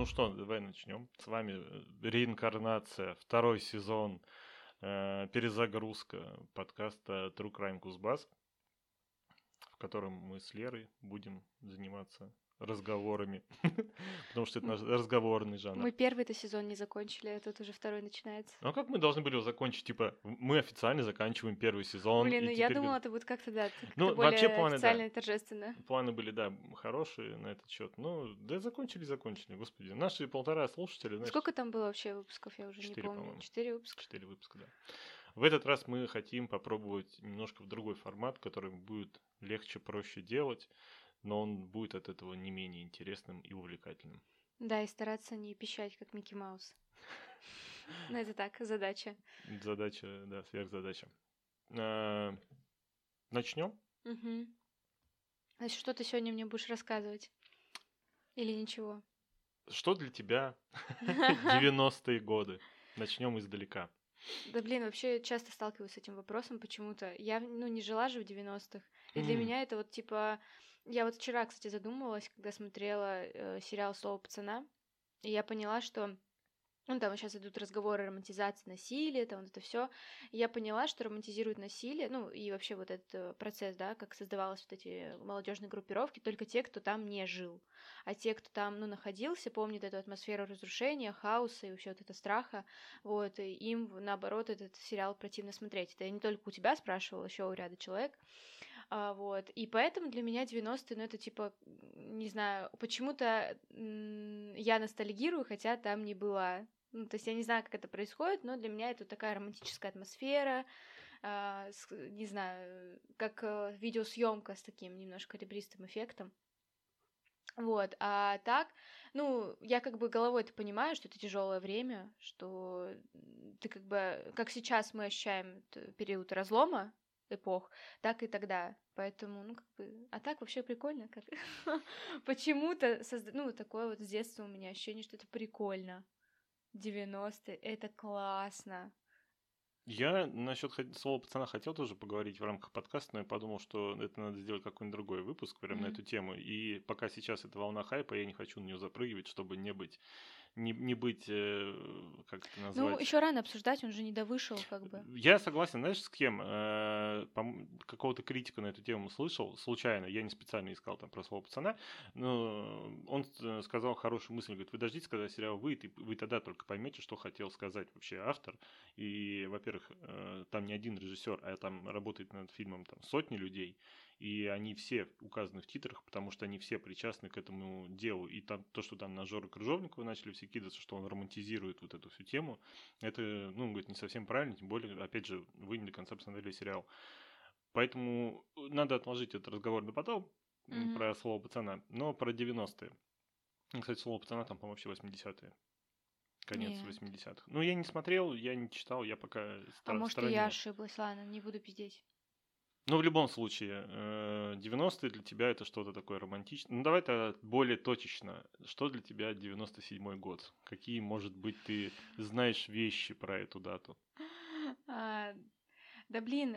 что, давай начнем. С вами реинкарнация, второй сезон, перезагрузка подкаста True Crime Кузбасс, в котором мы с Лерой будем заниматься разговорами, потому что это наш разговорный жанр. Мы первый-то сезон не закончили, а тут уже второй начинается. Ну а как мы должны были его закончить? Типа, мы официально заканчиваем первый сезон. Блин, и ну я теперь думала, это будет как-то, да, как-то Ну, более вообще планы, официально да. и торжественно. Планы были, да, хорошие на этот счет. Ну, да закончили, господи. Наши 1,5 слушателя, знаешь, Сколько там было вообще выпусков, я уже не 4, помню. по-моему. 4 выпуска. 4 выпуска, да. В этот раз мы хотим попробовать немножко в другой формат, который будет легче, проще делать, но он будет от этого не менее интересным и увлекательным. Да, и стараться не пищать, как Микки Маус. Ну, это так, задача. Задача, да, сверхзадача. Начнем? Угу. Значит, что ты сегодня мне будешь рассказывать? Или ничего? Что для тебя 90-е годы? Начнем издалека. Да блин, вообще часто сталкиваюсь с этим вопросом почему-то. Я, не жила же в 90-х. И для меня это вот типа... Я вот вчера, кстати, задумывалась, когда смотрела сериал «Слово пацана», и я поняла, что... Ну, там сейчас идут разговоры о романтизации насилия, там вот это все. Я поняла, что романтизируют насилие, ну, и вообще вот этот процесс, да, как создавалось вот эти молодежные группировки, только те, кто там не жил. А те, кто там, находился, помнят эту атмосферу разрушения, хаоса и вообще вот это страха, вот, и им, наоборот, этот сериал противно смотреть. Это я не только у тебя спрашивала, еще у ряда человек. Вот, и поэтому для меня 90-е, это типа, не знаю, почему-то я ностальгирую, хотя там не была. То есть я не знаю, как это происходит, но для меня это такая романтическая атмосфера, не знаю, как видеосъемка с таким немножко ребристым эффектом. Вот, а так, я как бы головой-то понимаю, что это тяжелое время, что ты как бы, как сейчас мы ощущаем период разлома эпох, так и тогда. Поэтому, а так вообще прикольно, как почему-то, такое вот с детства у меня ощущение, что это прикольно. 90-е, это классно. Я насчет «Слова пацана» хотел тоже поговорить в рамках подкаста, но я подумал, что это надо сделать какой-нибудь другой выпуск прямо на эту тему. И пока сейчас это волна хайпа, я не хочу на нее запрыгивать, чтобы не быть, как это назвать? Еще рано обсуждать, он же не довышел, как бы. Я согласен, знаешь, с кем? Какого-то критика на эту тему слышал, случайно, я не специально искал там про «Слово пацана», но он сказал хорошую мысль, говорит, вы дождитесь, когда сериал выйдет, и вы тогда только поймете, что хотел сказать вообще автор. И, во-первых, там не один режиссер, а там работает над фильмом там сотни людей, и они все указаны в титрах, потому что они все причастны к этому делу. И там то, что там на Жору Крыжовникова начали все кидаться, что он романтизирует вот эту всю тему, это, говорит, не совсем правильно, тем более, опять же, вы не до конца посмотрели сериал. Поэтому надо отложить этот разговор на потом про «Слово пацана», но про 90-е. Кстати, «Слово пацана» там, по-моему, вообще 80-е. Конец 80-х. Я не смотрел, я не читал, я пока может, и я ошиблась, ладно, не буду пиздеть. В любом случае, 90-е для тебя это что-то такое романтичное. Давай тогда более точечно. Что для тебя 97-й год? Какие, может быть, ты знаешь вещи про эту дату? Да блин,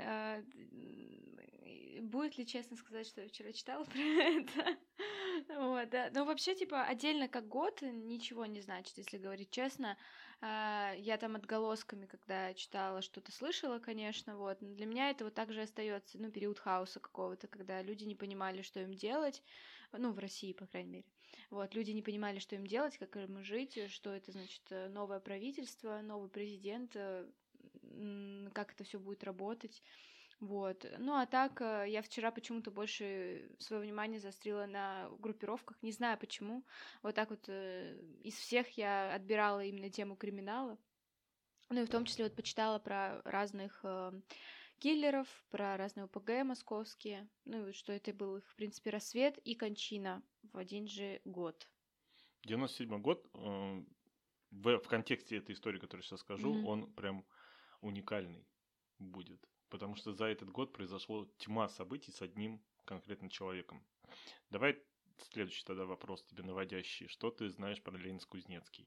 будет ли честно сказать, что я вчера читала про это? Вот, да. Но вообще, типа, отдельно как год ничего не значит, если говорить честно. Я там отголосками, когда читала, что-то слышала, конечно, вот. Но для меня это вот так же остается, период хаоса какого-то, когда люди не понимали, что им делать. В России, по крайней мере. Вот, люди не понимали, что им делать, как им жить, что это значит новое правительство, новый президент, как это все будет работать. Вот. А так, я вчера почему-то больше своего внимания заострила на группировках, не знаю почему. Вот так вот из всех я отбирала именно тему криминала. И в том числе вот почитала про разных киллеров, про разные ОПГ московские. Что это был их, в принципе, рассвет и кончина в один же год. 97-й год, в контексте этой истории, которую я сейчас скажу, он прям уникальный будет. Потому что за этот год произошло тьма событий с одним конкретным человеком. Давай следующий тогда вопрос тебе наводящий. Что ты знаешь про Ленинск-Кузнецкий?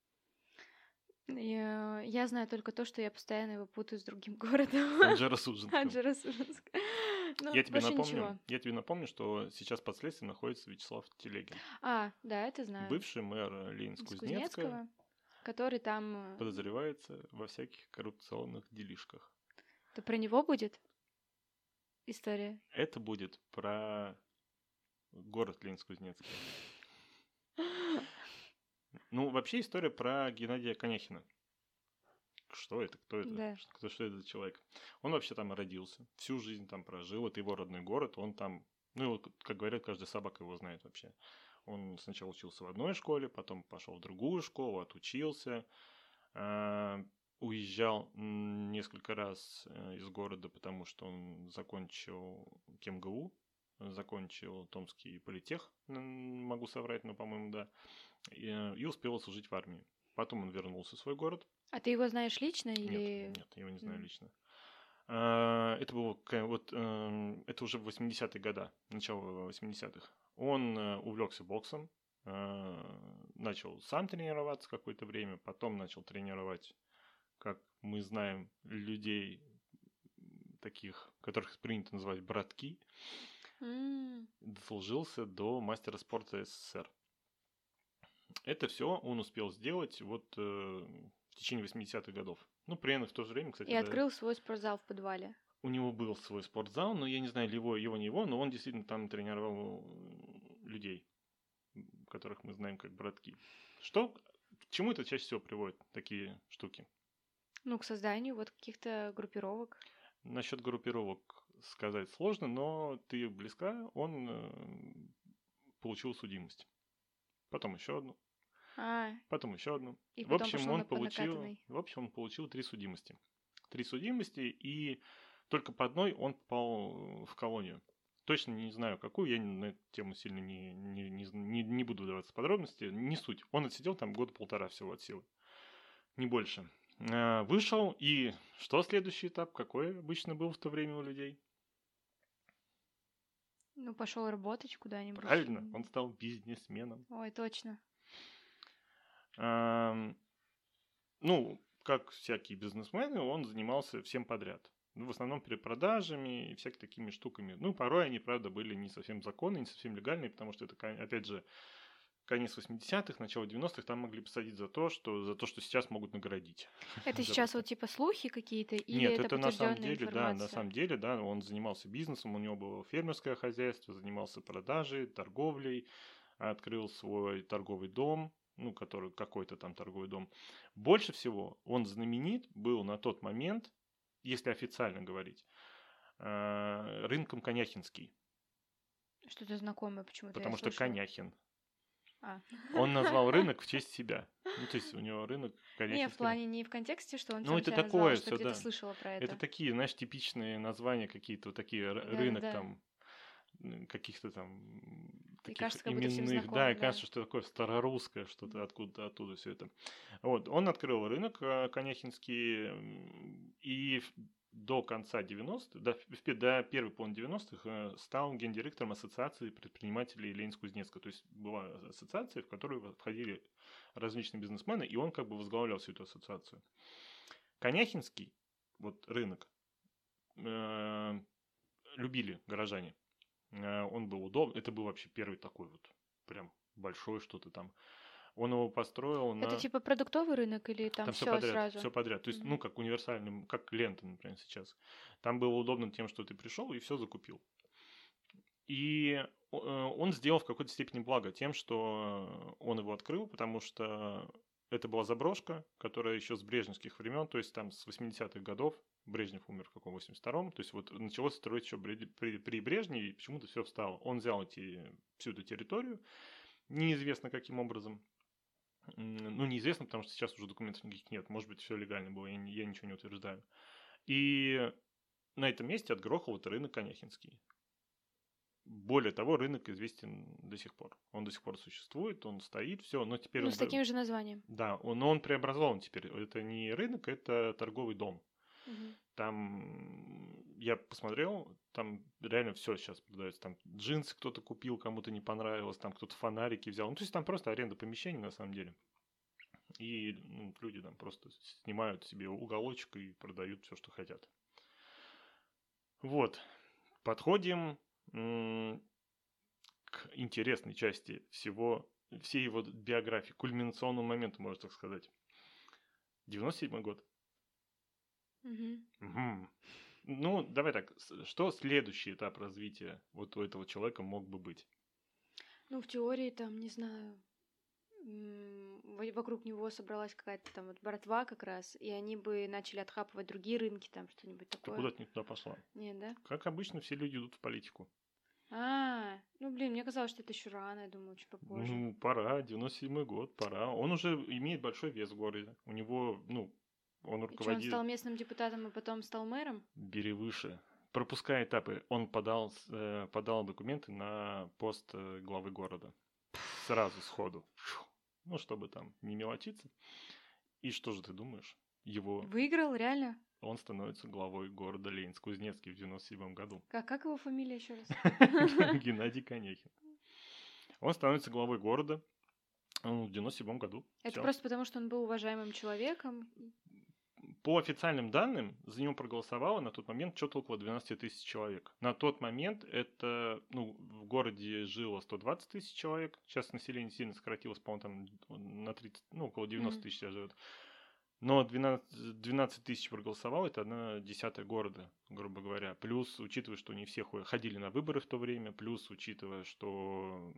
Я знаю только то, что я постоянно его путаю с другим городом. Анжеро-Судженском. Ну, больше ничего. Я тебе напомню, что сейчас под следствием находится Вячеслав Телегин. Да, это знаю. Бывший мэр Из Ленинск-Кузнецка Кузнецкого, который там... подозревается во всяких коррупционных делишках. Это про него будет история? Это будет про город Ленинск-Кузнецк. Ну, вообще история про Геннадия Коняхина. Что это? Кто это? Да. Что это за человек? Он вообще там родился, всю жизнь там прожил, это его родной город, он там, ну, как говорят, каждая собака его знает вообще. Он сначала учился в одной школе, потом пошел в другую школу, отучился, уезжал несколько раз из города, потому что он закончил КемГУ, закончил Томский политех, могу соврать, но, по-моему, да, и успел служить в армии. Потом он вернулся в свой город. А ты его знаешь лично или... Нет, я его не знаю лично. Это было это уже в 80-е годы, начало 80-х. Он увлекся боксом, начал сам тренироваться какое-то время, потом начал тренировать, как мы знаем, людей таких, которых принято называть братки. Дослужился до мастера спорта СССР. Это все он успел сделать вот в течение 80-х годов. Ну, примерно в то же время, кстати. И открыл свой спортзал в подвале. У него был свой спортзал, но я не знаю, его, не его, но он действительно там тренировал людей, которых мы знаем как братки. К чему это чаще всего приводит, такие штуки? Ну, к созданию вот каких-то группировок. Насчет группировок сказать сложно, но ты близка, он получил судимость. Потом еще одну. Потом еще одну. И в общем, он получил 3 судимости. 3 судимости, и только по одной он попал в колонию. Точно не знаю, какую, я на эту тему сильно не буду вдаваться в подробности, не суть. Он отсидел там года 1,5 всего от силы, не больше. Вышел, и что следующий этап? Какой обычно был в то время у людей? Ну, пошел работать куда-нибудь. Правильно, он стал бизнесменом. Ой, точно. Ну, как всякие бизнесмены, он занимался всем подряд. Ну, в основном перепродажами и всякими такими штуками. Ну, порой они, правда, были не совсем законные, не совсем легальные, потому что это, опять же, конец 80-х, начало 90-х, там могли посадить за то, что сейчас могут наградить. Это сейчас вот типа слухи какие-то или Нет, это на самом деле, информация? на самом деле, он занимался бизнесом, у него было фермерское хозяйство, занимался продажей, торговлей, открыл свой торговый дом, ну, который какой-то там торговый дом. Больше всего он знаменит был на тот момент, если официально говорить, рынком Коняхинский. Что-то знакомое почему-то. Потому что Коняхин. Он назвал рынок в честь себя. Ну, то есть у него рынок Коняхинский. Не, в плане не в контексте, что он сам себя такое назвал, что где-то слышала про это. Это такие, знаешь, типичные названия какие-то, вот такие, рынок там, каких-то там таких кажется, именных, и кажется, что такое старорусское, что-то оттуда все это. Вот, он открыл рынок Коняхинский, и до конца 90-х, до первой половины 90-х стал гендиректором Ассоциации предпринимателей Ленинск-Кузнецка. То есть была ассоциация, в которую входили различные бизнесмены, и он как бы возглавлял всю эту ассоциацию. Коняхинский, вот рынок, любили горожане. Он был удобный. Это был вообще первый такой вот прям большой что-то там. Он его построил Это типа продуктовый рынок или там все подряд, сразу? Все подряд. То есть, ну, как универсальный, как лента, например, сейчас. Там было удобно тем, что ты пришел и все закупил. И он сделал в какой-то степени благо тем, что он его открыл, потому что это была заброшка, которая еще с брежневских времен, то есть там с 80-х годов, Брежнев умер в каком 82-м, то есть вот началось строить еще при Брежневе, и почему-то все встало. Он взял всю эту территорию, неизвестно каким образом. Ну, неизвестно, потому что сейчас уже документов никаких нет. Может быть, все легально было, я ничего не утверждаю. И на этом месте отгрохал вот рынок Коняхинский. Более того, рынок известен до сих пор. Он до сих пор существует, он стоит, все, но теперь он... с таким же названием. Да, но он преобразован теперь. Это не рынок, это торговый дом. Там я посмотрел, там реально все сейчас продается. Там джинсы кто-то купил, кому-то не понравилось, там кто-то фонарики взял. Ну, то есть там просто аренда помещений на самом деле. И люди там просто снимают себе уголочек и продают все, что хотят. Вот. Подходим к интересной части всей его биографии, кульминационному моменту, можно так сказать. 97-й год. Угу. Ну, давай так, что следующий этап развития вот у этого человека мог бы быть? Ну, в теории, там, не знаю, вокруг него собралась какая-то там вот братва как раз, и они бы начали отхапывать другие рынки, там что-нибудь Ты такое. куда ты не туда пошла? Нет, да? Как обычно, все люди идут в политику. Ну, блин, мне казалось, что это еще рано, я думаю, чуть попозже. Ну, пора, 97-й год, пора. Он уже имеет большой вес в городе. У него, он И что, он руководит... стал местным депутатом и потом стал мэром? Бери выше. Пропуская этапы, он подал документы на пост главы города. Сразу, сходу. Ну, чтобы там не мелочиться. И что же ты думаешь? Выиграл, реально? Он становится главой города Ленинск-Кузнецкий в 97 году. Как его фамилия еще раз? Геннадий Конехин. Он становится главой города в 97 году. Это Всё. просто потому, что он был уважаемым человеком? По официальным данным, за него проголосовало на тот момент что-то около 12 тысяч человек. На тот момент это, в городе жило 120 тысяч человек. Сейчас население сильно сократилось, по-моему, там на 30, около 90 тысяч сейчас живет. Но 12 тысяч проголосовало, это 1/10 города, грубо говоря. Плюс, учитывая, что не все ходили на выборы в то время, плюс, учитывая, что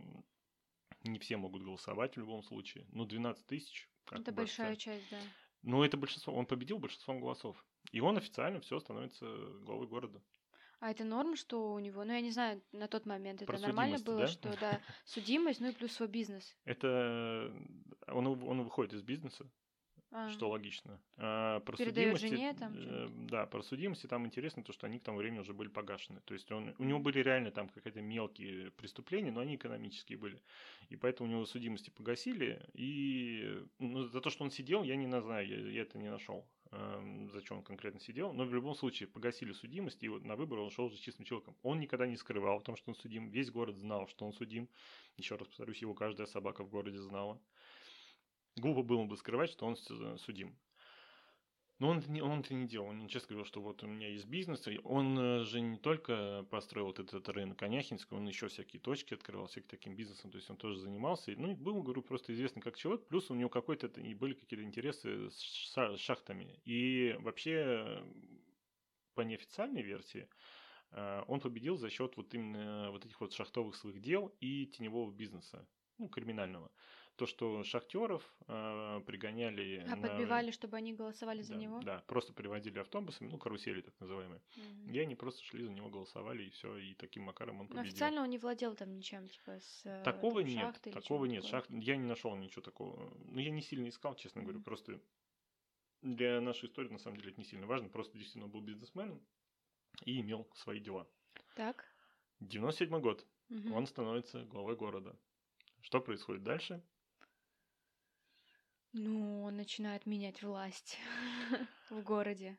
не все могут голосовать в любом случае. 12 тысяч. Это большая часть, да. Это большинство. Он победил большинством голосов. И он официально все становится главой города. А это норм, что у него, я не знаю, на тот момент это нормально было, да? что, да, судимость, и плюс свой бизнес. Это он выходит из бизнеса, что логично. Про передает судимости, жене там. да, про судимости там интересно то, что они к тому времени уже были погашены. То есть у него были реально там какие-то мелкие преступления, но они экономические были. И поэтому у него судимости погасили. И за то, что он сидел, я не знаю, я это не нашел, за что он конкретно сидел. Но в любом случае погасили судимость, и вот на выборы он шел уже чистым человеком. Он никогда не скрывал о том, что он судим. Весь город знал, что он судим. Еще раз повторюсь, его каждая собака в городе знала. Глупо было бы скрывать, что он судим. Но он это не делал. Он честно говорил, что вот у меня есть бизнес. И он же не только построил вот этот рынок Коняхинский, он еще всякие точки открывал, всяким таким бизнесом. То есть он тоже занимался. И был, говорю, просто известный как человек. Плюс у него и были какие-то интересы с шахтами. И вообще, по неофициальной версии, он победил за счет вот именно вот этих вот шахтовых своих дел и теневого бизнеса, криминального. То, что шахтеров пригоняли... Подбивали, чтобы они голосовали за него? Да, просто приводили автобусами, карусели так называемые. И они просто шли за него, голосовали, и все, и таким макаром он победил. Но официально он не владел там ничем, типа с Такого там, нет, такого нет. Такое. Я не нашел ничего такого. Я не сильно искал, честно говорю, просто для нашей истории, на самом деле, это не сильно важно. Просто действительно был бизнесменом и имел свои дела. Так. 97-й год. Он становится главой города. Что происходит дальше? Он начинает менять власть в городе.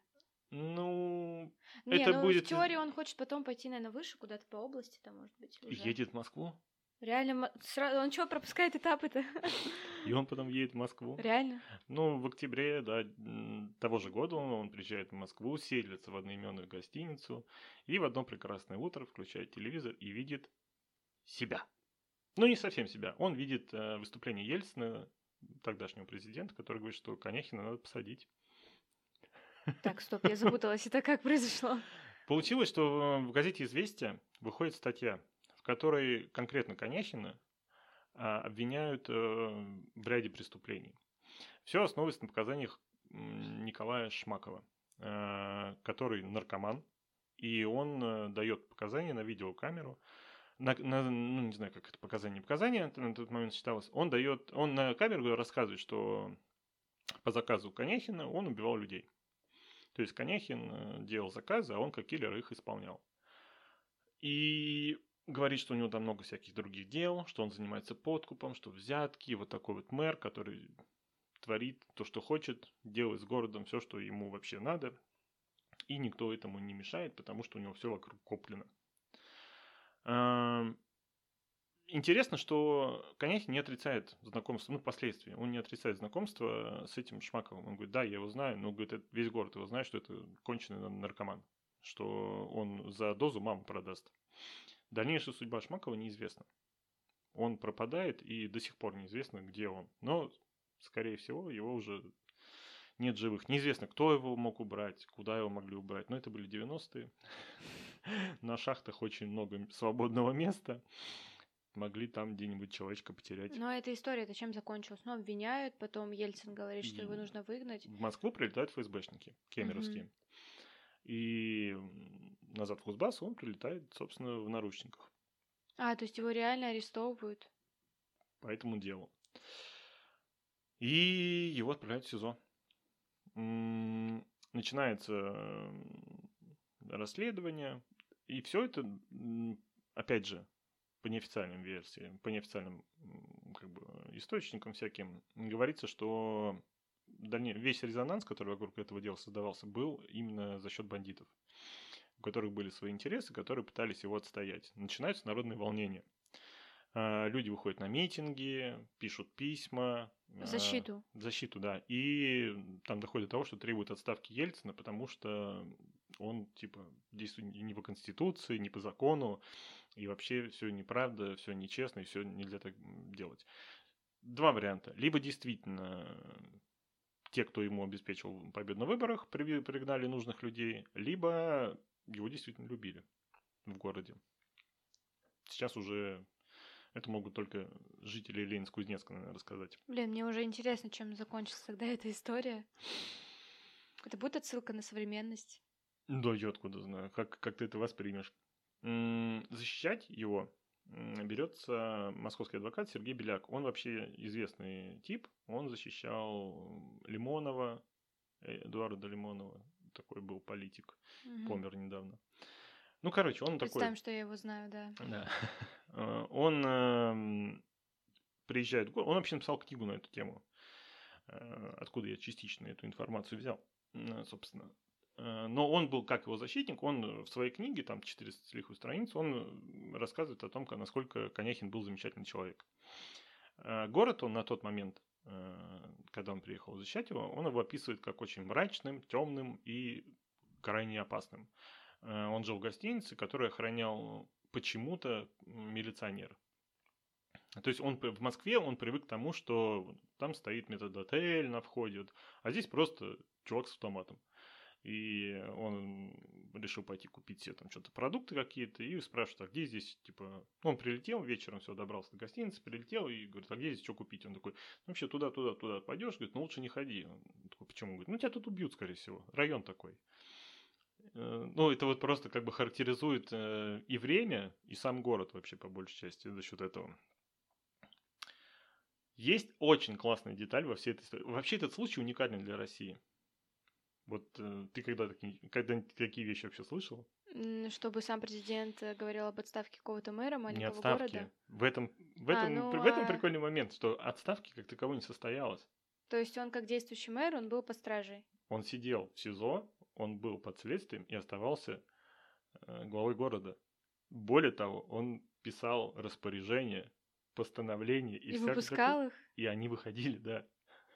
Это будет... в теории он хочет потом пойти, наверное, выше, куда-то по области, там, может быть, уже. Едет в Москву? Реально, он что, пропускает этапы-то? И он потом едет в Москву. Реально? В октябре, того же года он приезжает в Москву, селится в одноименную гостиницу, и в одно прекрасное утро включает телевизор и видит себя. Не совсем себя. Он видит выступление Ельцина, тогдашнего президента, который говорит, что Коняхина надо посадить. Так, стоп, я запуталась. Это как произошло? Получилось, что в газете «Известия» выходит статья, в которой конкретно Коняхина обвиняют в ряде преступлений. Все основывается на показаниях Николая Шмакова, который наркоман, и он дает показания на видеокамеру. Не знаю, как это показания на тот момент считалось. Он на камеру рассказывает, что по заказу Коняхина он убивал людей. То есть Коняхин делал заказы, а он как киллер их исполнял. И говорит, что у него там много всяких других дел, что он занимается подкупом, что взятки, вот такой вот мэр, который творит то, что хочет, делает с городом все, что ему вообще надо, и никто этому не мешает, потому что у него все вокруг куплено. Интересно, что Коняхин не отрицает знакомство, впоследствии, он не отрицает знакомство с этим Шмаковым. Он говорит, да, я его знаю, но говорит, весь город его знает, что это конченый наркоман, что он за дозу маму продаст. Дальнейшая судьба Шмакова неизвестна. Он пропадает, и до сих пор неизвестно, где он. Но, скорее всего, его уже нет живых. Неизвестно, кто его мог убрать, куда его могли убрать. Но это были 90-е. На шахтах очень много свободного места. Могли там где-нибудь человечка потерять. Но эта история-то чем закончилась? Ну, обвиняют, потом Ельцин говорит, что его нужно выгнать. В Москву прилетают ФСБшники кемеровские. И назад в Кузбасс он прилетает, собственно, в наручниках. То есть его реально арестовывают? По этому делу. И его отправляют в СИЗО. Начинается расследование. И все это, опять же, по неофициальным версиям, по неофициальным источникам всяким, говорится, что весь резонанс, который вокруг этого дела создавался, был именно за счет бандитов, у которых были свои интересы, которые пытались его отстоять. Начинаются народные волнения. Люди выходят на митинги, пишут письма. Защиту. Защиту, да. И там доходит до того, что требуют отставки Ельцина, потому что он, действует не по Конституции, не по закону, и вообще все неправда, все нечестно, и все нельзя так делать. Два варианта. Либо действительно те, кто ему обеспечил победу на выборах, пригнали нужных людей, либо его действительно любили в городе. Сейчас уже это могут только жители Ленинск-Кузнецка, наверное, рассказать. Блин, мне уже интересно, чем закончится тогда эта история. Это будет отсылка на современность? Да, я откуда знаю. Как ты это воспримешь? Защищать его берется московский адвокат Сергей Беляк. Он вообще известный тип. Он защищал Лимонова, Эдуарда Лимонова. Такой был политик. Помер недавно. Он такой... Представим, что я его знаю, да. Да. Он приезжает в город. Он вообще написал книгу на эту тему. Откуда я частично эту информацию взял, собственно. Но он был, как его защитник, он в своей книге, там 400 с лихую страниц, он рассказывает о том, насколько Коняхин был замечательный человек. Город он на тот момент, когда он приехал защищать его, он его описывает как очень мрачным, темным и крайне опасным. Он жил в гостинице, которую охранял почему-то милиционер. То есть в Москве он привык к тому, что там стоит метрдотель на входе, а здесь просто чувак с автоматом. И он решил пойти купить себе там что-то, продукты какие-то, и спрашивает, а где здесь, он прилетел вечером, все, добрался до гостиницы, прилетел, и говорит, а где здесь что купить? Он такой, вообще туда пойдешь, говорит, лучше не ходи. Он такой, почему? Говорит, тебя тут убьют, скорее всего, район такой. Это вот просто характеризует и время, и сам город вообще по большей части за счет этого. Есть очень классная деталь во всей этой истории. Вообще этот случай уникален для России. Вот ты когда-нибудь такие вещи вообще слышал? Чтобы сам президент говорил об отставке какого-то мэра маленького не отставки. города? В этом прикольный момент, что отставки как таковой не состоялось. То есть он как действующий мэр, он был под стражей? Он сидел в СИЗО, он был под следствием и оставался главой города. Более того, он писал распоряжения, постановления. И выпускал их? И они выходили, да.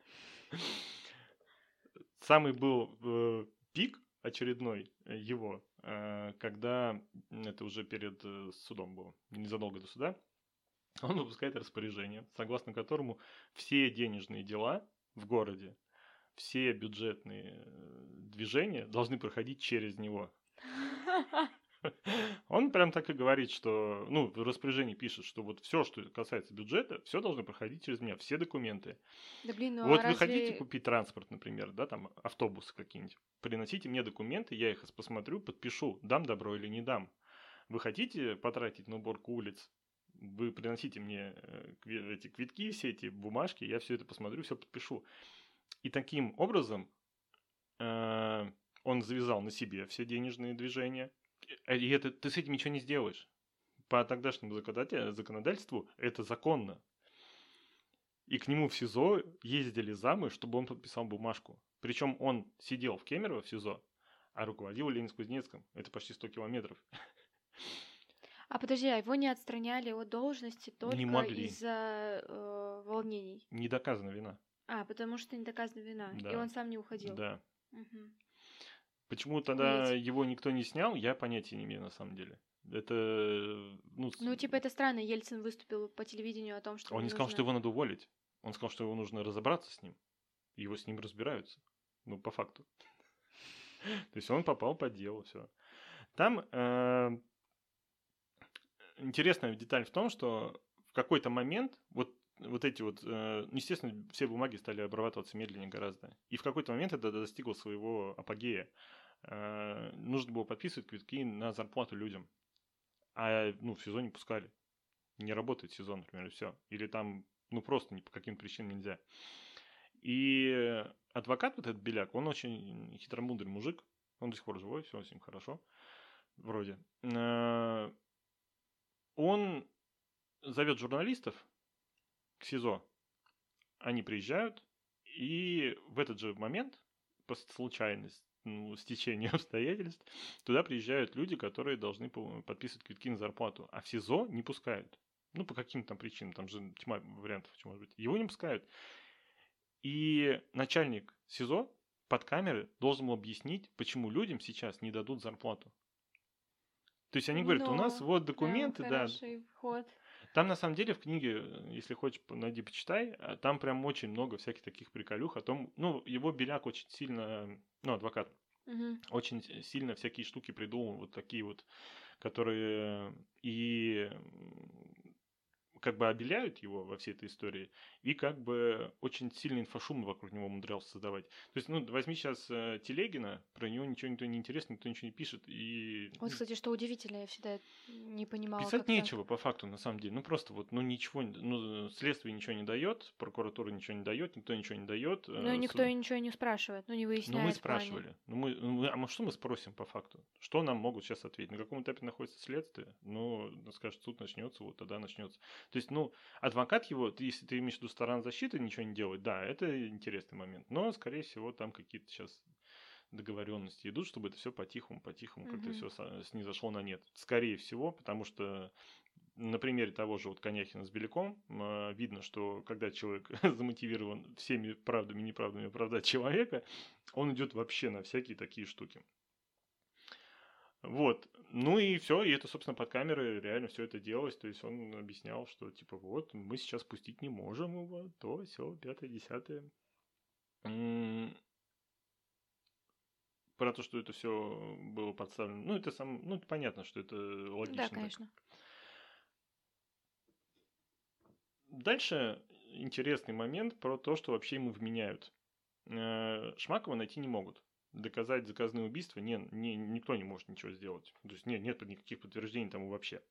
Самый был пик очередной его, когда это уже перед судом было, незадолго до суда, он выпускает распоряжение, согласно которому все денежные дела в городе, все бюджетные движения должны проходить через него. Он прям так и говорит, что, в распоряжении пишет, что вот все, что касается бюджета, все должно проходить через меня, все документы. Да блин, вот вы хотите купить транспорт, например, да, там автобусы какие-нибудь, приносите мне документы, я их посмотрю, подпишу, дам добро или не дам. Вы хотите потратить на уборку улиц, вы приносите мне эти квитки, все эти бумажки, я все это посмотрю, все подпишу. И таким образом он завязал на себе все денежные движения. И ты с этим ничего не сделаешь. По тогдашнему законодательству это законно. И к нему в СИЗО ездили замы, чтобы он подписал бумажку. Причем он сидел в Кемерово в СИЗО, а руководил Ленинск-Кузнецком. Это почти 100 километров. А подожди, а его не отстраняли от должности только из-за волнений? Не доказана вина. Потому что не доказана вина. Да. И он сам не уходил. Да. Угу. Почему тогда его никто не снял, я понятия не имею на самом деле. Это, Ну, типа, это странно. Ельцин выступил по телевидению о том, что он мне не сказал, нужно... что его надо уволить. Он сказал, что его нужно разобраться с ним. Его с ним разбираются. Ну, по факту. То есть он попал под дело, все. Там интересная деталь в том, что в какой-то момент вот эти вот, естественно, все бумаги стали обрабатываться медленнее гораздо. И в какой-то момент это достигло своего апогея. Нужно было подписывать квитки на зарплату людям. А в сезон не пускали. Не работает сезон, например, и все. Или там, просто ни по каким причинам нельзя. И адвокат вот этот Беляк, он очень хитромудрый мужик. Он до сих пор живой, все с ним хорошо. Вроде. Он зовет журналистов к СИЗО. Они приезжают, и в этот же момент, по случайности, стечению обстоятельств, туда приезжают люди, которые должны подписывать квитки на зарплату. А в СИЗО не пускают. По каким-то там причинам. Там же тьма вариантов, что может быть. Его не пускают. И начальник СИЗО под камеры должен был объяснить, почему людям сейчас не дадут зарплату. То есть они говорят, у нас вот документы, да. Ход. Там на самом деле в книге, если хочешь, найди, почитай, там прям очень много всяких таких приколюх о том, его Беляк очень сильно, адвокат, очень сильно всякие штуки придумал, вот такие вот, которые и как бы обеляют его во всей этой истории, и как бы очень сильный инфошум вокруг него умудрялся создавать. То есть, возьми сейчас Телегина, про него ничего никто не интересно, никто ничего не пишет. И... Вот, кстати, что удивительно, я всегда не понимала, писать как нечего, так. по факту, на самом деле. Просто ничего, следствие ничего не дает, прокуратура ничего не дает, никто ничего не дает. Никто ничего не спрашивает, не выясняет. Мы спрашивали. Что мы спросим по факту? Что нам могут сейчас ответить? На каком этапе находится следствие? Скажет, суд начнется, вот тогда начнется. То есть, адвокат его, если ты имеешь в виду сторона защиты, ничего не делает, да, это интересный момент. Но, скорее всего, там какие-то сейчас договоренности идут, чтобы это все по-тихому как-то все снизошло на нет. Скорее всего, потому что на примере того же Коняхина с Беляком видно, что когда человек замотивирован всеми правдами и неправдами оправдать человека, он идет вообще на всякие такие штуки. Вот. И все, и это, собственно, под камерой реально все это делалось. То есть он объяснял, что типа вот, мы сейчас пустить не можем его, то, все, 5-10. Про то, что это все было подставлено. Это это понятно, что это логично. Да, конечно. Так. Дальше интересный момент про то, что вообще ему вменяют. Шмакова найти не могут. Доказать заказное убийство никто не может ничего сделать. То есть нет никаких подтверждений тому вообще.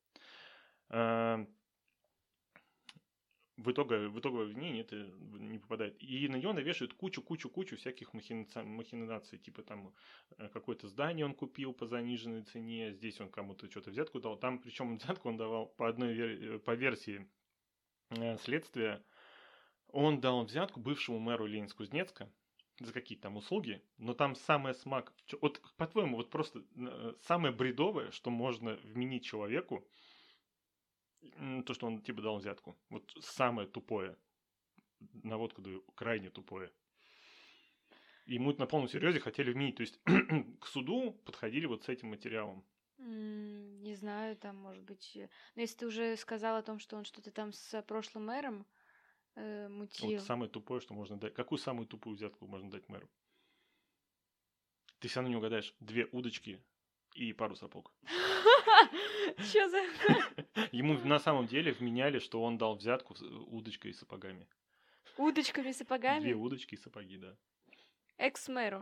В итоговое обвинение это не попадает. И на него навешивают кучу всяких махинаций. Типа там какое-то здание он купил по заниженной цене, здесь он кому-то что-то взятку дал. Там причем взятку он давал по версии следствия. Он дал взятку бывшему мэру Ленинск-Кузнецка за какие-то там услуги, но там самое смак... Вот, по-твоему, вот просто самое бредовое, что можно вменить человеку, то, что он типа дал взятку. Вот самое тупое. Наводку даю, крайне тупое. Ему на полном серьезе хотели вменить. То есть к суду подходили вот с этим материалом. Не знаю, там, может быть... Но если ты уже сказал о том, что он что-то там с прошлым мэром мутил... Вот самое тупое, что можно дать. Какую самую тупую взятку можно дать мэру? Ты все равно не угадаешь. 2 удочки и пару сапог. Чё за... Ему на самом деле вменяли, что он дал взятку с удочкой и сапогами. Удочками и сапогами? 2 удочки и сапоги, да. Экс-мэру.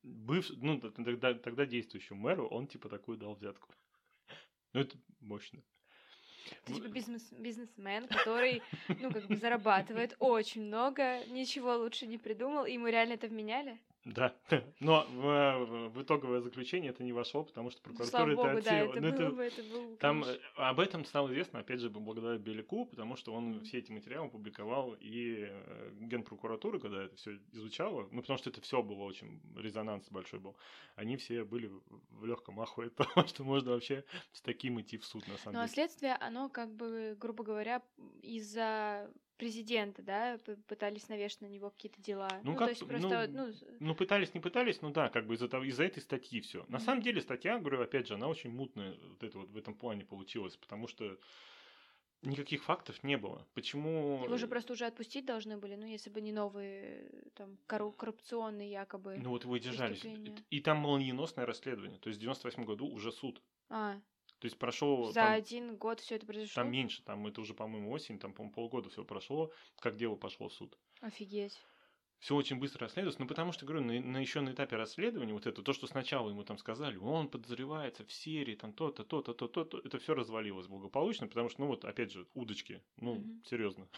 Тогда действующему мэру он типа такую дал взятку. Это мощно. Ты типа бизнесмен, который, зарабатывает очень много, ничего лучше не придумал, и ему реально это вменяли? Да, но в итоговое заключение это не вошло, потому что прокуратура это отсеяла. Да, это было там об этом стало известно, опять же, благодаря Беляку, потому что он все эти материалы публиковал, и Генпрокуратура, когда это все изучала, потому что это все было очень, резонанс большой был, они все были в легком ахуе от того, что можно вообще с таким идти в суд, на самом деле. Ну, а следствие, оно грубо говоря, из-за президента, да, пытались навешать на него какие-то дела. Ну, то как, есть просто, пытались, не пытались, ну да, как бы из-за этой статьи все. На самом деле статья, говорю, опять же, она очень мутная вот это вот в этом плане получилась, потому что никаких фактов не было. Почему... его же просто уже отпустить должны были, если бы не новые там коррупционные якобы Ну вот его и держались. преступления. И там молниеносное расследование. То есть в 98 году уже суд. То есть прошло за 1 год все это произошло? Там меньше, там это уже, по-моему, осень, там, по-моему, полгода все прошло, как дело пошло в суд. Офигеть. Все очень быстро расследуется, потому что, говорю, еще на этапе расследования, вот это, то, что сначала ему там сказали, он подозревается в серии, там то-то, то-то, то-то, это все развалилось благополучно, потому что, опять же, удочки, серьезно.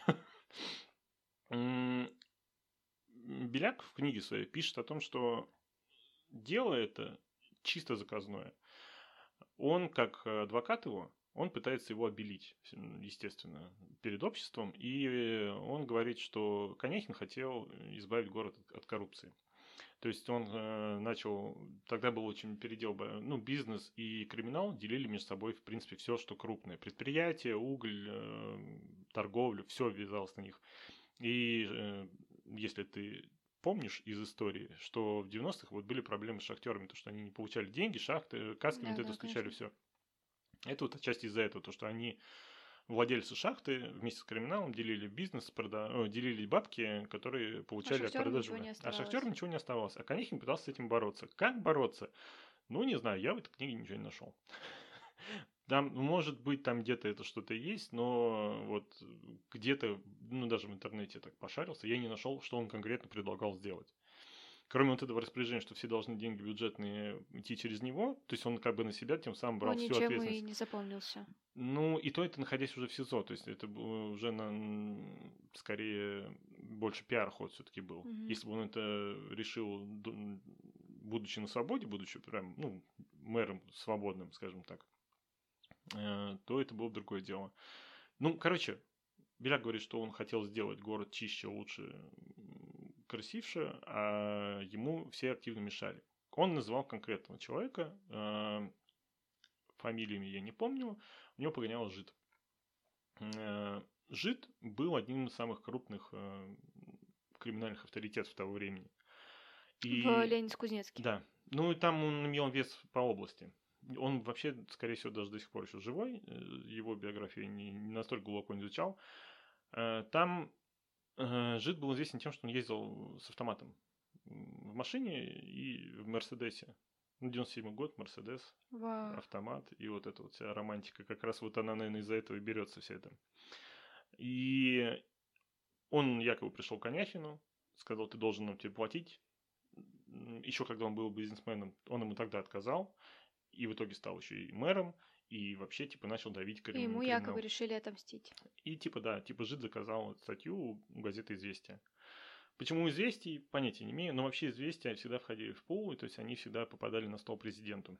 Беляк в книге своей пишет о том, что дело это чисто заказное. Он, как адвокат его, он пытается его обелить, естественно, перед обществом. И он говорит, что Коняхин хотел избавить город от коррупции. То есть он начал, тогда был очень передел, бизнес и криминал делили между собой, в принципе, все, что крупное. Предприятия, уголь, торговлю, все вязалось на них. И если ты помнишь из истории, что в 90-х вот были проблемы с шахтерами, то, что они не получали деньги, шахты, касками вот это встречали все. Это вот отчасти из-за этого, то, что они, владельцы шахты, вместе с криминалом делили бизнес, делили бабки, которые получали от продажи. А шахтерам ничего не оставалось. А Коняхин пытался с этим бороться. Как бороться? Не знаю, я в этой книге ничего не нашел. Там, может быть, там где-то это что-то есть, но вот где-то, даже в интернете так пошарился, я не нашел, что он конкретно предлагал сделать. Кроме вот этого распоряжения, что все должны деньги бюджетные идти через него, то есть он как бы на себя тем самым брал всю ответственность. Он ничем и не запомнился. И то это находясь уже в СИЗО, то есть это уже скорее больше пиар-ход все-таки был. Если бы он это решил, будучи на свободе, будучи прям, мэром свободным, скажем так, то это было бы другое дело. Беляк говорит, что он хотел сделать город чище, лучше, красивше, а ему все активно мешали. Он называл конкретного человека, фамилиями я не помню, у него погонял Жид. Жид был одним из самых крупных криминальных авторитетов того времени. В Ленинск-Кузнецке. Да. И там он имел вес по области. Он вообще, скорее всего, даже до сих пор еще живой. Его биографию не настолько глубоко не изучал. Там Жид был известен тем, что он ездил с автоматом в машине и в Мерседесе. 97-й год, Мерседес, автомат, и вот эта вот вся романтика, как раз вот она, наверное, из-за этого и берется вся это. И он якобы пришел к Коняхину, сказал, ты должен нам тебе платить. Еще когда он был бизнесменом, он ему тогда отказал, и в итоге стал еще и мэром, и вообще, начал давить криминал. И ему якобы решили отомстить. И, Жид заказал статью у газеты «Известия». Почему «Известий» понятия не имею, но вообще «Известия» всегда входили в пул, то есть они всегда попадали на стол президенту.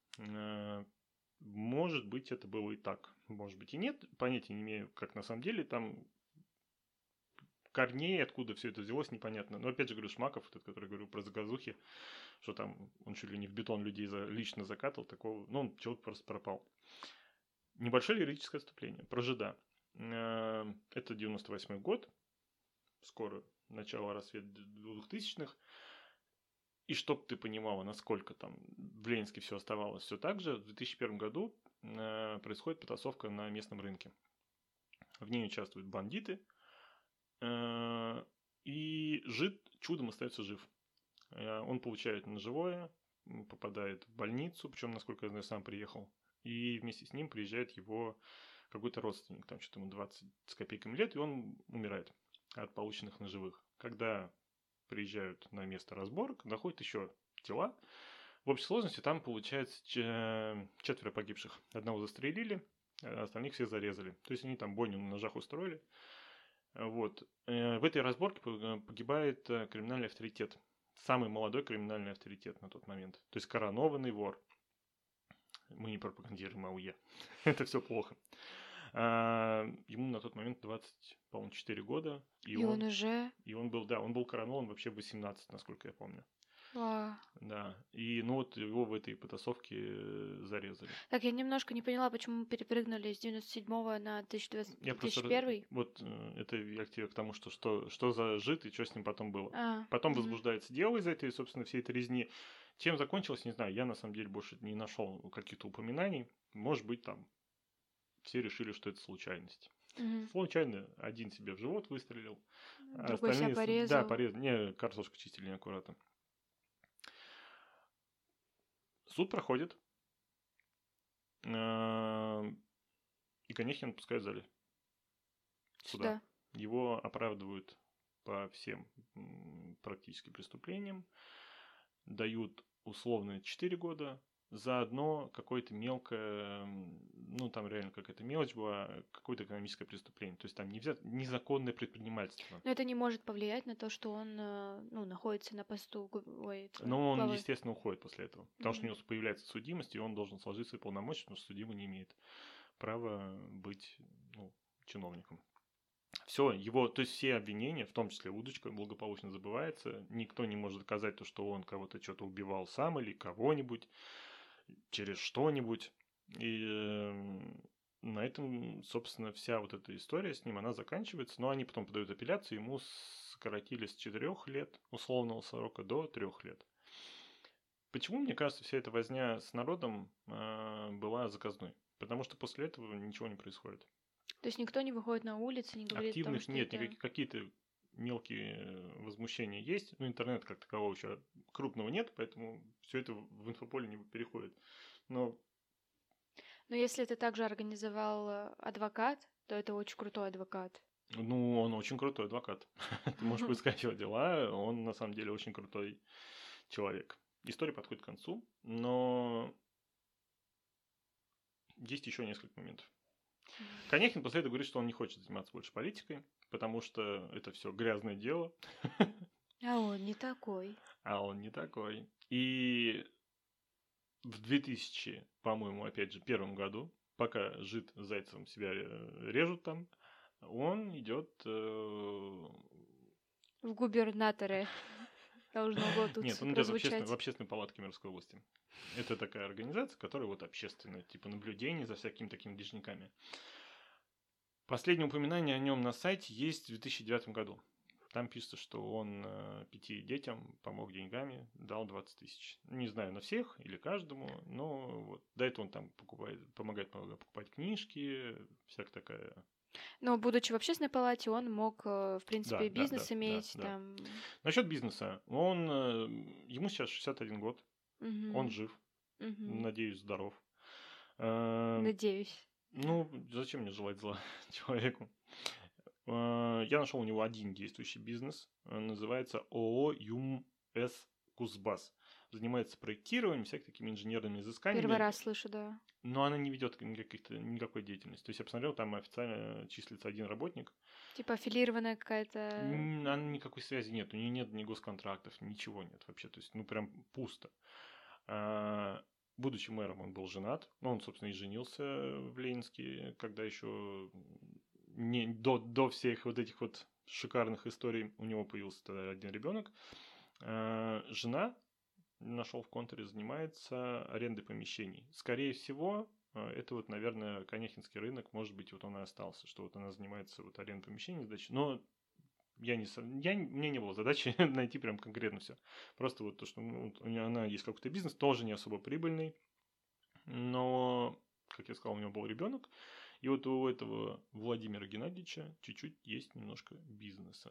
Может быть, это было и так, может быть и нет, понятия не имею, как на самом деле, там корней, откуда все это взялось, непонятно. Но опять же, говорю, Шмаков, этот, который говорил про заказухи, что там он чуть ли не в бетон людей лично закатывал, такого, он человек просто пропал. Небольшое лирическое отступление про Жида. Это 98-й год, скоро начало рассвета 2000-х. И чтоб ты понимала, насколько там в Ленинске все оставалось все так же, в 2001 году происходит потасовка на местном рынке. В ней участвуют бандиты, и Жид чудом остается жив. Он получает ножевое, попадает в больницу, причем, насколько я знаю, сам приехал. И вместе с ним приезжает его какой-то родственник, там что-то ему 20 с копейками лет, и он умирает от полученных ножевых. Когда приезжают на место разборок, находят еще тела. В общей сложности там получается 4 погибших. Одного застрелили, а остальных всех зарезали. То есть они там бойню на ножах устроили. Вот. В этой разборке погибает криминальный авторитет. Самый молодой криминальный авторитет на тот момент. То есть коронованный вор. Мы не пропагандируем АУЕ. Это все плохо. Ему на тот момент 24 года. И он уже... И он был, он был коронован вообще в 18, насколько я помню. Ва. Да. И ну вот его в этой потасовке зарезали. Так, я немножко не поняла, почему мы перепрыгнули с 97-го на Я просто 2001. вот это я к тебе к тому, что за жид и что с ним потом было. А, Потом мгм. возбуждается дело из этой, собственно, всей этой резни. Чем закончилось, не знаю. Я на самом деле больше не нашел каких-то упоминаний. Может быть, там все решили, что это случайность. Мгм. Случайно один себе в живот выстрелил, а Другой себя остальные, да, порезал. не, картошку чистили неаккуратно. Суд проходит, и Конехина пускают в зале суда. Сюда. Его оправдывают по всем практически преступлениям, дают условно 4 года, заодно какое-то мелкое, ну там реально какая-то мелочь была, какое-то экономическое преступление. То есть там незаконное предпринимательство. Но это не может повлиять на то, что он ну, находится на посту Но он, главы. естественно, уходит после этого. Потому что у него появляется судимость, и он должен сложить свои полномочия, потому что судимый не имеет права быть чиновником. Все, его, то есть все обвинения, в том числе удочка, благополучно забывается. Никто не может доказать то, что он кого-то что-то убивал сам или кого-нибудь через что-нибудь. И на этом, собственно, вся вот эта история с ним, она заканчивается. Но они потом подают апелляцию, ему сократили с 4 лет условного срока до 3 лет. Почему, мне кажется, вся эта возня с народом была заказной? Потому что после этого ничего не происходит. То есть никто не выходит на улицы, не говорит о том, Активных что нет, это... какие-то мелкие возмущения есть, но интернет как такового еще крупного нет, поэтому все это в инфополе не переходит. Но если это также организовал адвокат, то это очень крутой адвокат. ну, он очень крутой адвокат. Ты можешь поискать его дела, он на самом деле очень крутой человек. История подходит к концу, но есть еще несколько моментов. Конехин после этого говорит, что он не хочет заниматься больше политикой, потому что это все грязное дело. А он не такой. А он не такой. И в 2000, по-моему, опять же, первом году, пока Жид с Зайцевым себя режут там, он идет... В губернаторы должно было тут Нет, он идет прозвучать. в общественной палатке Кемеровской области. Это такая организация, которая вот общественная, типа наблюдение за всякими такими движниками. Последнее упоминание о нем на сайте есть в 2009 году. Там пишется, что он 5 детям помог деньгами, дал 20 тысяч. Не знаю, на всех или каждому, но вот до этого он там помогает покупать книжки, всякая такая. Но, будучи в общественной палате, он мог, в принципе, бизнес иметь. Да. Там... Насчет бизнеса. Ему сейчас 61 год. Он жив. Надеюсь, здоров. Надеюсь. Ну, зачем мне желать зла человеку? Я нашел у него один действующий бизнес. Называется ООО ЮМС Кузбасс. Занимается проектированием, всякими такими инженерными изысканиями. Первый раз слышу, да. Но она не ведет никакой деятельности. То есть я посмотрел, там официально числится один работник. Типа аффилированная какая-то... Она никакой связи нет. У нее нет ни госконтрактов, ничего нет вообще. То есть, ну, прям пусто. Будучи мэром, он был женат. Ну, он, собственно, и женился в Ленинске, когда еще не до всех вот этих вот шикарных историй у него появился тогда один ребенок. Жена, нашел в контуре, занимается арендой помещений. Скорее всего, это вот, наверное, Конехинский рынок, может быть, вот он и остался, что вот она занимается вот арендой помещений, сдачей. Но у меня не было задачи найти прям конкретно все. Просто вот то, что она есть какой-то бизнес, тоже не особо прибыльный, но, как я сказал, у него был ребенок, и вот у этого Владимира Геннадьевича чуть-чуть есть немножко бизнеса.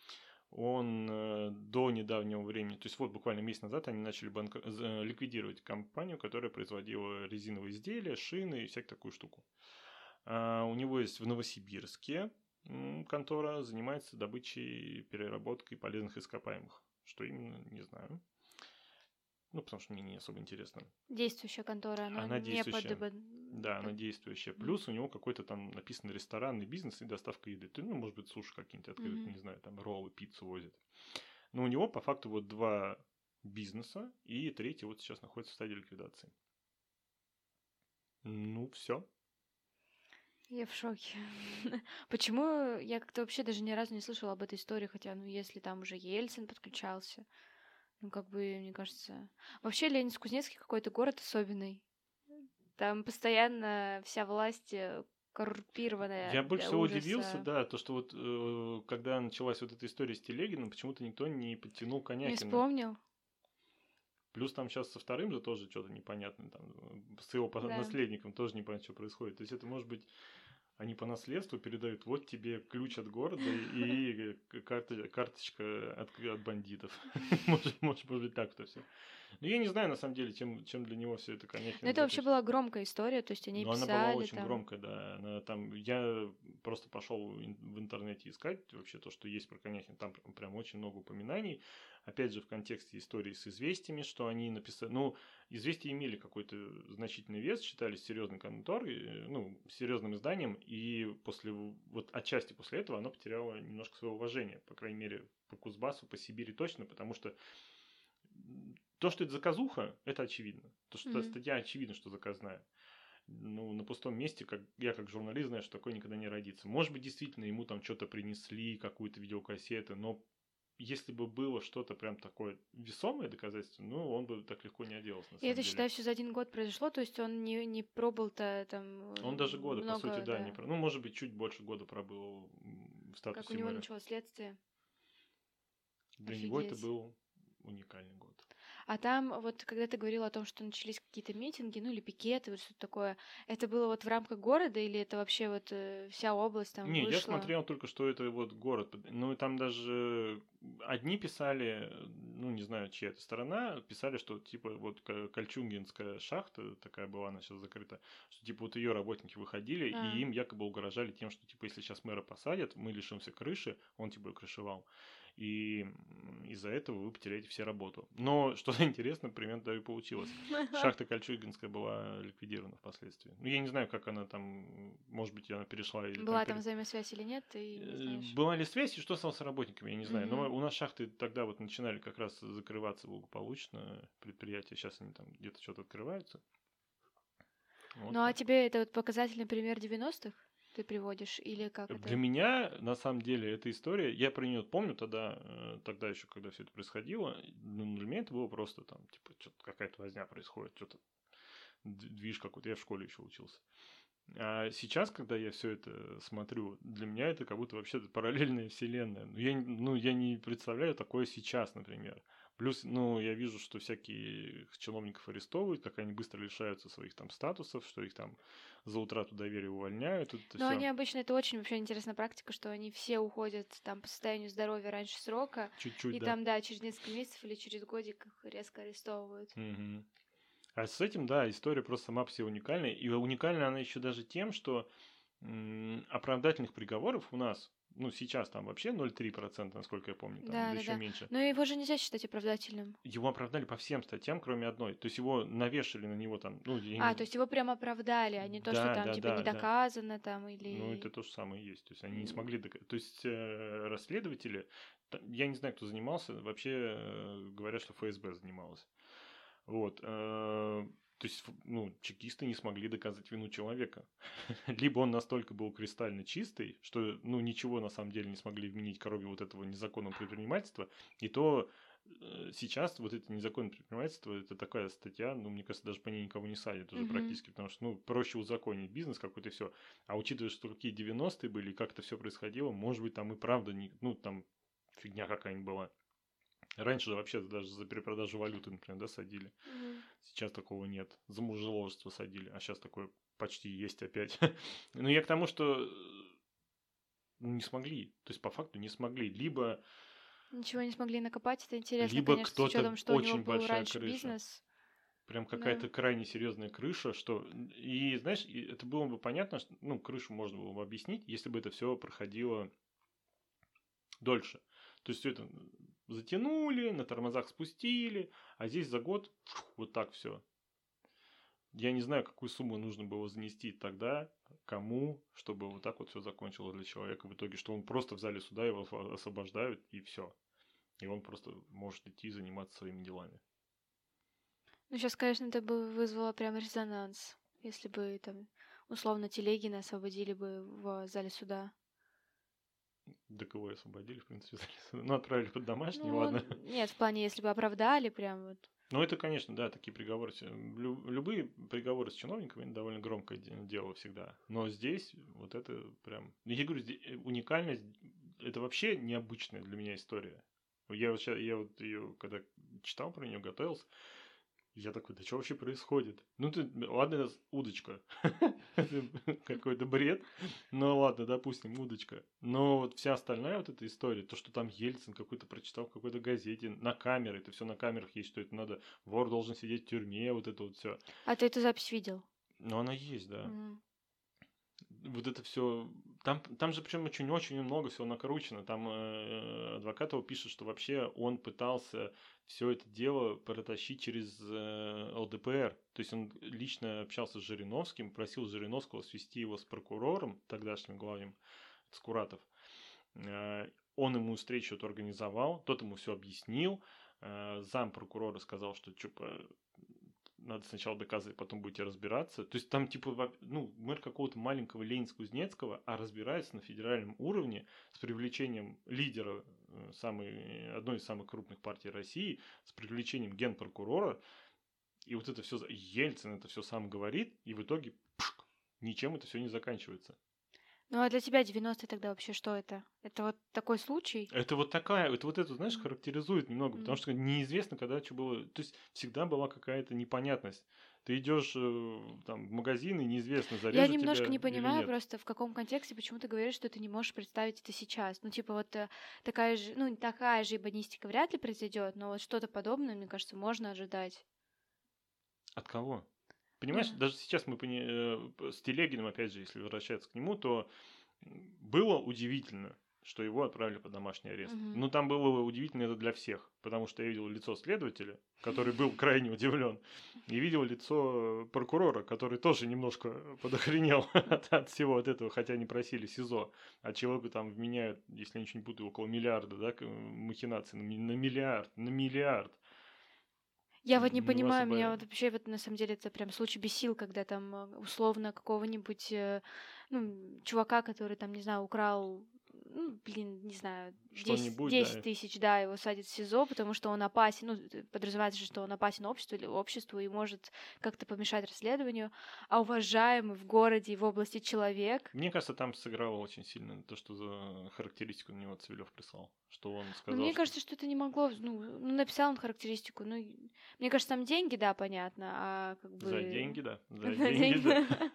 Он до недавнего времени, то есть вот буквально месяц назад они начали ликвидировать компанию, которая производила резиновые изделия, шины и всякую такую штуку. У него есть в Новосибирске контора, занимается добычей и переработкой полезных ископаемых. Что именно, не знаю. Ну, потому что мне не особо интересно. Действующая контора, она действующая. не Да, она действующая. Плюс у него какой-то там написан ресторанный бизнес и доставка еды. Ну, может быть, суши какие-нибудь открыты, не знаю, там роллы, пиццу возят. Но у него по факту вот 2 бизнеса, и третий вот сейчас находится в стадии ликвидации. Ну, все. Я в шоке. Почему я как-то вообще даже ни разу не слышала об этой истории, хотя, ну, если там уже Ельцин подключался, Ну, как бы, мне кажется... Вообще, Ленинск-Кузнецкий какой-то город особенный. Там постоянно вся власть коррумпированная Я больше до всего удивился, ужаса. да, то, что вот когда началась вот эта история с Телегиным, почему-то никто не подтянул Не Коняхина. вспомнил? Плюс там сейчас со вторым же тоже что-то непонятно, там, с его Да. наследником тоже непонятно, что происходит. То есть это может быть они по наследству передают, вот тебе ключ от города и карточка от бандитов. Может быть так это все. Но я не знаю, на самом деле, чем для него все это Но Коняхина это вообще закончится. была громкая история, то есть они Но она была писали очень там... громкая, да. Я просто пошел в интернете искать вообще то, что есть про Коняхина. Там прям очень много упоминаний. Опять же, в контексте истории с «Известиями», что они написали... Ну, «Известия» имели какой-то значительный вес, считались серьезной конторой, ну, серьезным изданием, и вот отчасти после этого оно потеряло немножко своего уважения, по крайней мере, по Кузбассу, по Сибири точно, потому что то, что это заказуха, это очевидно. То, что статья очевидно, что заказная. Ну, на пустом месте, я как журналист знаю, что такое никогда не родится. Может быть, действительно, ему там что-то принесли, какую-то видеокассету, но если бы было что-то прям такое весомое доказательство, ну, он бы так легко не оделался, на И самом это, деле. считай, все за 1 год произошло, то есть он не пробыл-то там Он даже года, по сути, много, да, да. ну, может быть, чуть больше года пробыл в Как у статусе него мэра. началось следствие. Для него это Офигеть. был уникальный год. А там, вот когда ты говорила о том, что начались какие-то митинги, ну или пикеты, вот что-то такое, это было вот в рамках города или это вообще вот вся область там Не, я вышла? смотрел только, что это вот город. Ну, и там даже одни писали, ну, не знаю, чья это сторона, писали, что, типа, вот Кольчугинская шахта, такая была, она сейчас закрыта, что, типа, вот ее работники выходили, и им якобы угрожали тем, что, типа, если сейчас мэра посадят, мы лишимся крыши, он, типа, ее крышевал, и из-за этого вы потеряете все работу. Но, что-то интересно, примерно так и получилось. Шахта Кольчугинская была ликвидирована впоследствии. Ну, я не знаю, как она там, может быть, она перешла или Была там... там взаимосвязь или нет, ты не знаешь. Была ли связь и что стало с работниками, я не знаю. Но у нас шахты тогда вот начинали как раз закрываться благополучно, предприятия. Сейчас они там где-то что-то открываются. Вот Ну а так. тебе это вот показательный пример 90-х ты приводишь или как это? Для меня, на самом деле, эта история, я про нее помню тогда еще, когда все это происходило, ну, для меня это было просто там, типа, что-то какая-то возня происходит, что-то движ какой-то. Я в школе еще учился. А сейчас, когда я все это смотрю, для меня это как будто вообще параллельная вселенная. Я не представляю такое сейчас, например. Плюс, я вижу, что всякие чиновников арестовывают, как они быстро лишаются своих там статусов, что их там за утрату доверия увольняют. Это Но все они обычно, это очень вообще интересная практика, что они все уходят там по состоянию здоровья раньше срока, чуть-чуть, и да. там, да, через несколько месяцев или через годик их резко арестовывают. Мгм. А с этим, да, история просто сама по себе уникальная. И уникальна она еще даже тем, что оправдательных приговоров у нас, ну, сейчас там вообще 0,3%, насколько я помню, там, да Да, да, еще да. меньше. Но его же нельзя считать оправдательным. Его оправдали по всем статьям, кроме одной. То есть его навешали на него там, ну, То есть его прям оправдали, а не то, что да, там да, типа не да, да. доказано там Ну, или... это то же самое и есть. То есть они не смогли доказать. То есть расследователи, я не знаю, кто занимался, вообще говорят, что ФСБ занималась. Вот. То есть, ну, чекисты не смогли доказать вину человека. Либо он настолько был кристально чистый, что, ну, ничего на самом деле не смогли вменить, кроме вот этого незаконного предпринимательства. И то сейчас вот это незаконное предпринимательство, это такая статья, ну, мне кажется, даже по ней никого не садят уже практически, потому что, ну, проще узаконить бизнес какой-то и все. А учитывая, что какие 90-е были, и как это все происходило, может быть, там и правда, ну, там фигня какая-нибудь была. Раньше же вообще даже за перепродажу валюты, например, да, садили. Сейчас такого нет. За мужеложество садили, а сейчас такое почти есть опять. Но я к тому, что не смогли. То есть, по факту не смогли. Либо Ничего не смогли накопать. Это интересно, либо конечно, с кто-то учетом, что у него очень был большая раньше крыша. бизнес. Прям Да. какая-то крайне серьезная крыша, что... И, знаешь, это было бы понятно, что, ну, крышу можно было бы объяснить, если бы это все проходило дольше. То есть, все это затянули, на тормозах спустили, а здесь за год вот так все. Я не знаю, какую сумму нужно было занести тогда, кому, чтобы вот так вот все закончилось для человека в итоге, что он просто в зале суда его освобождают и все. И он просто может идти заниматься своими делами. Ну, сейчас, конечно, это бы вызвало прям резонанс, если бы там условно Телегина освободили бы в зале суда. Да кого освободили, в принципе, ну, отправили под домашний, Ну, ладно. нет, в плане, если бы оправдали прям вот. Ну, это, конечно, да, такие приговоры. Любые приговоры с чиновниками это довольно громкое дело всегда. Но здесь вот это прям... Я говорю, уникальность, это вообще необычная для меня история. Я вот ее, когда читал про нее, готовился, я такой, да что вообще происходит? Ну, ладно, это удочка. Это какой-то бред. Ну, ладно, допустим, удочка. Но вот вся остальная вот эта история, то, что там Ельцин какой-то прочитал в какой-то газете, на камеры, это все на камерах есть, что это надо, вор должен сидеть в тюрьме, вот это вот все. А ты эту запись видел? Но она есть, да. М. Вот это все. Там же причем очень-очень много всего накручено. Там адвокат его пишет, что вообще он пытался все это дело протащить через ЛДПР. То есть он лично общался с Жириновским, просил Жириновского свести его с прокурором, тогдашним главным, Скуратов. Он ему встречу эту организовал, тот ему все объяснил. Зам прокурора сказал, что надо сначала доказывать, потом будете разбираться. То есть там типа, ну, мэр какого-то маленького Ленинск-Кузнецкого, а разбирается на федеральном уровне с привлечением лидера одной из самых крупных партий России, с привлечением генпрокурора. И вот это все, Ельцин это все сам говорит, и в итоге ничем это все не заканчивается. Ну, а для тебя 90-е тогда вообще что это? Это вот такой случай? Это вот такая, это вот это, знаешь, характеризует немного, потому что неизвестно, когда что было. То есть всегда была какая-то непонятность. Ты идешь там в магазин, и неизвестно, Я зарежут немножко тебя не или понимаю нет. просто, в каком контексте, почему ты говоришь, что ты не можешь представить это сейчас. Ну, типа, вот такая же, ну, такая же ибанистика вряд ли произойдет, но вот что-то подобное, мне кажется, можно ожидать. От кого? Не Понимаешь, знаю. даже сейчас мы с Телегиным, опять же, если возвращаться к нему, то было удивительно, что его отправили под домашний арест. Мгм. Ну, там было удивительно это для всех, потому что я видел лицо следователя, который был крайне удивлен, и видел лицо прокурора, который тоже немножко подохренел от всего от этого, хотя не просили СИЗО, а человеку там вменяют, если я ничего не путаю, около миллиарда, да, махинаций, на миллиард. Я вот не Ну, понимаю, меня особо... вот вообще вот на самом деле это прям случай бесил, когда там условно какого-нибудь ну, чувака, который там, не знаю, украл, ну, блин, не знаю, 10, Что-нибудь, 10 да. тысяч, да, его садят в СИЗО, потому что он опасен, ну, подразумевается же, что он опасен обществу или обществу и может как-то помешать расследованию, а уважаемый в городе и в области человек. Мне кажется, там сыграло очень сильно то, что за характеристику на него Цивилев прислал. Что он Ну, сказал, мне что... кажется, что это не могло, ну, написал он характеристику, ну, мне кажется, там деньги, да, понятно, а как бы... За деньги, да. За За деньги, да. деньги.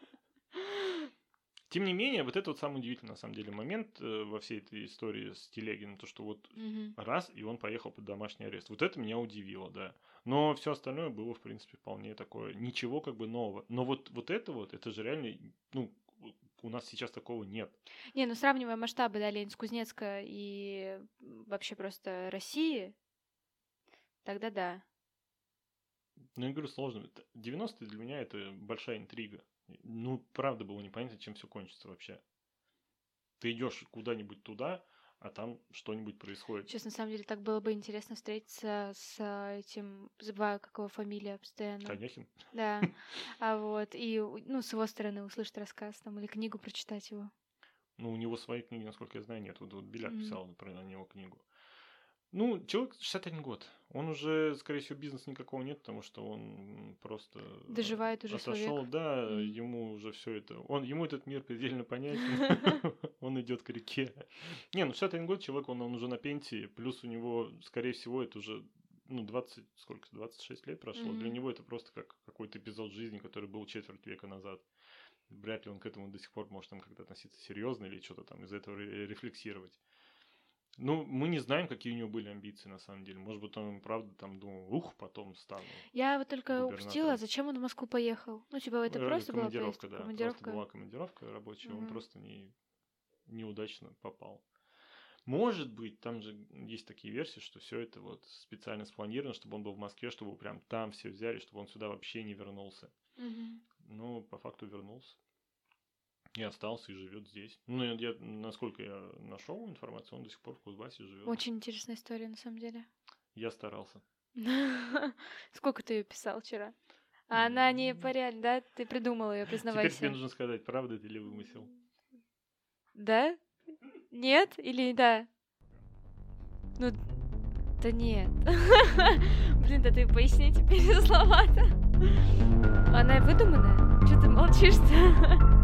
Тем не менее, вот это вот самый удивительный, на самом деле, момент во всей этой истории с Телегиным, то, что вот Мгм. раз, и он поехал под домашний арест. Вот это меня удивило, да. Но все остальное было, в принципе, вполне такое, ничего как бы нового. Но вот это же реально, ну, у нас сейчас такого нет. Не, ну сравнивая масштабы, да, Ленинск-Кузнецка и вообще просто России, тогда да. Ну, я говорю, сложно. 90-е для меня это большая интрига. Ну, правда было непонятно, чем все кончится вообще. Ты идешь куда-нибудь туда, а там что-нибудь происходит. Сейчас, на самом деле, так было бы интересно встретиться с этим, забываю, как его фамилия постоянно. Коняхин? Да. А вот, и, ну, с его стороны услышать рассказ там или книгу прочитать его. Ну, у него своей книги, насколько я знаю, нет. Вот Беляк Мгм. писал про него книгу. Ну, человек 61 год. Он уже, скорее всего, бизнеса никакого нет, потому что он просто Доживает уже свой отошел, век. да, Мгм. ему уже все это. Ему этот мир предельно понятен. Он идет к реке. Не, ну 61 год человек, он уже на пенсии, плюс у него, скорее всего, это уже, ну, 26 лет прошло. Для Мгм. него это просто как какой-то эпизод жизни, который был четверть века назад. Вряд ли он к этому до сих пор может там как-то относиться серьезно или что-то там из этого рефлексировать. Ну, мы не знаем, какие у него были амбиции на самом деле. Может быть, он правда там думал, потом стану Я вот только упустила, губернатором. зачем он в Москву поехал? Ну, типа, это просто была Командировка, поездка, да. командировка. Просто была командировка рабочая, он Мгм. просто неудачно попал. Может быть, там же есть такие версии, что все это вот специально спланировано, чтобы он был в Москве, чтобы прям там все взяли, чтобы он сюда вообще не вернулся. Мгм. Но по факту вернулся. И остался и живет здесь. Ну, насколько я нашел информацию, он до сих пор в Кузбассе живет. Очень интересная история, на самом деле. Я старался. Сколько ты ее писал вчера? А она не по реально, да? Ты придумал ее, Теперь тебе признавайся. нужно сказать, правда это или вымысел. Да? Нет? Или да? Ну, да нет. Блин, да ты поясни теперь слова-то. Она выдуманная? Что ты молчишь-то?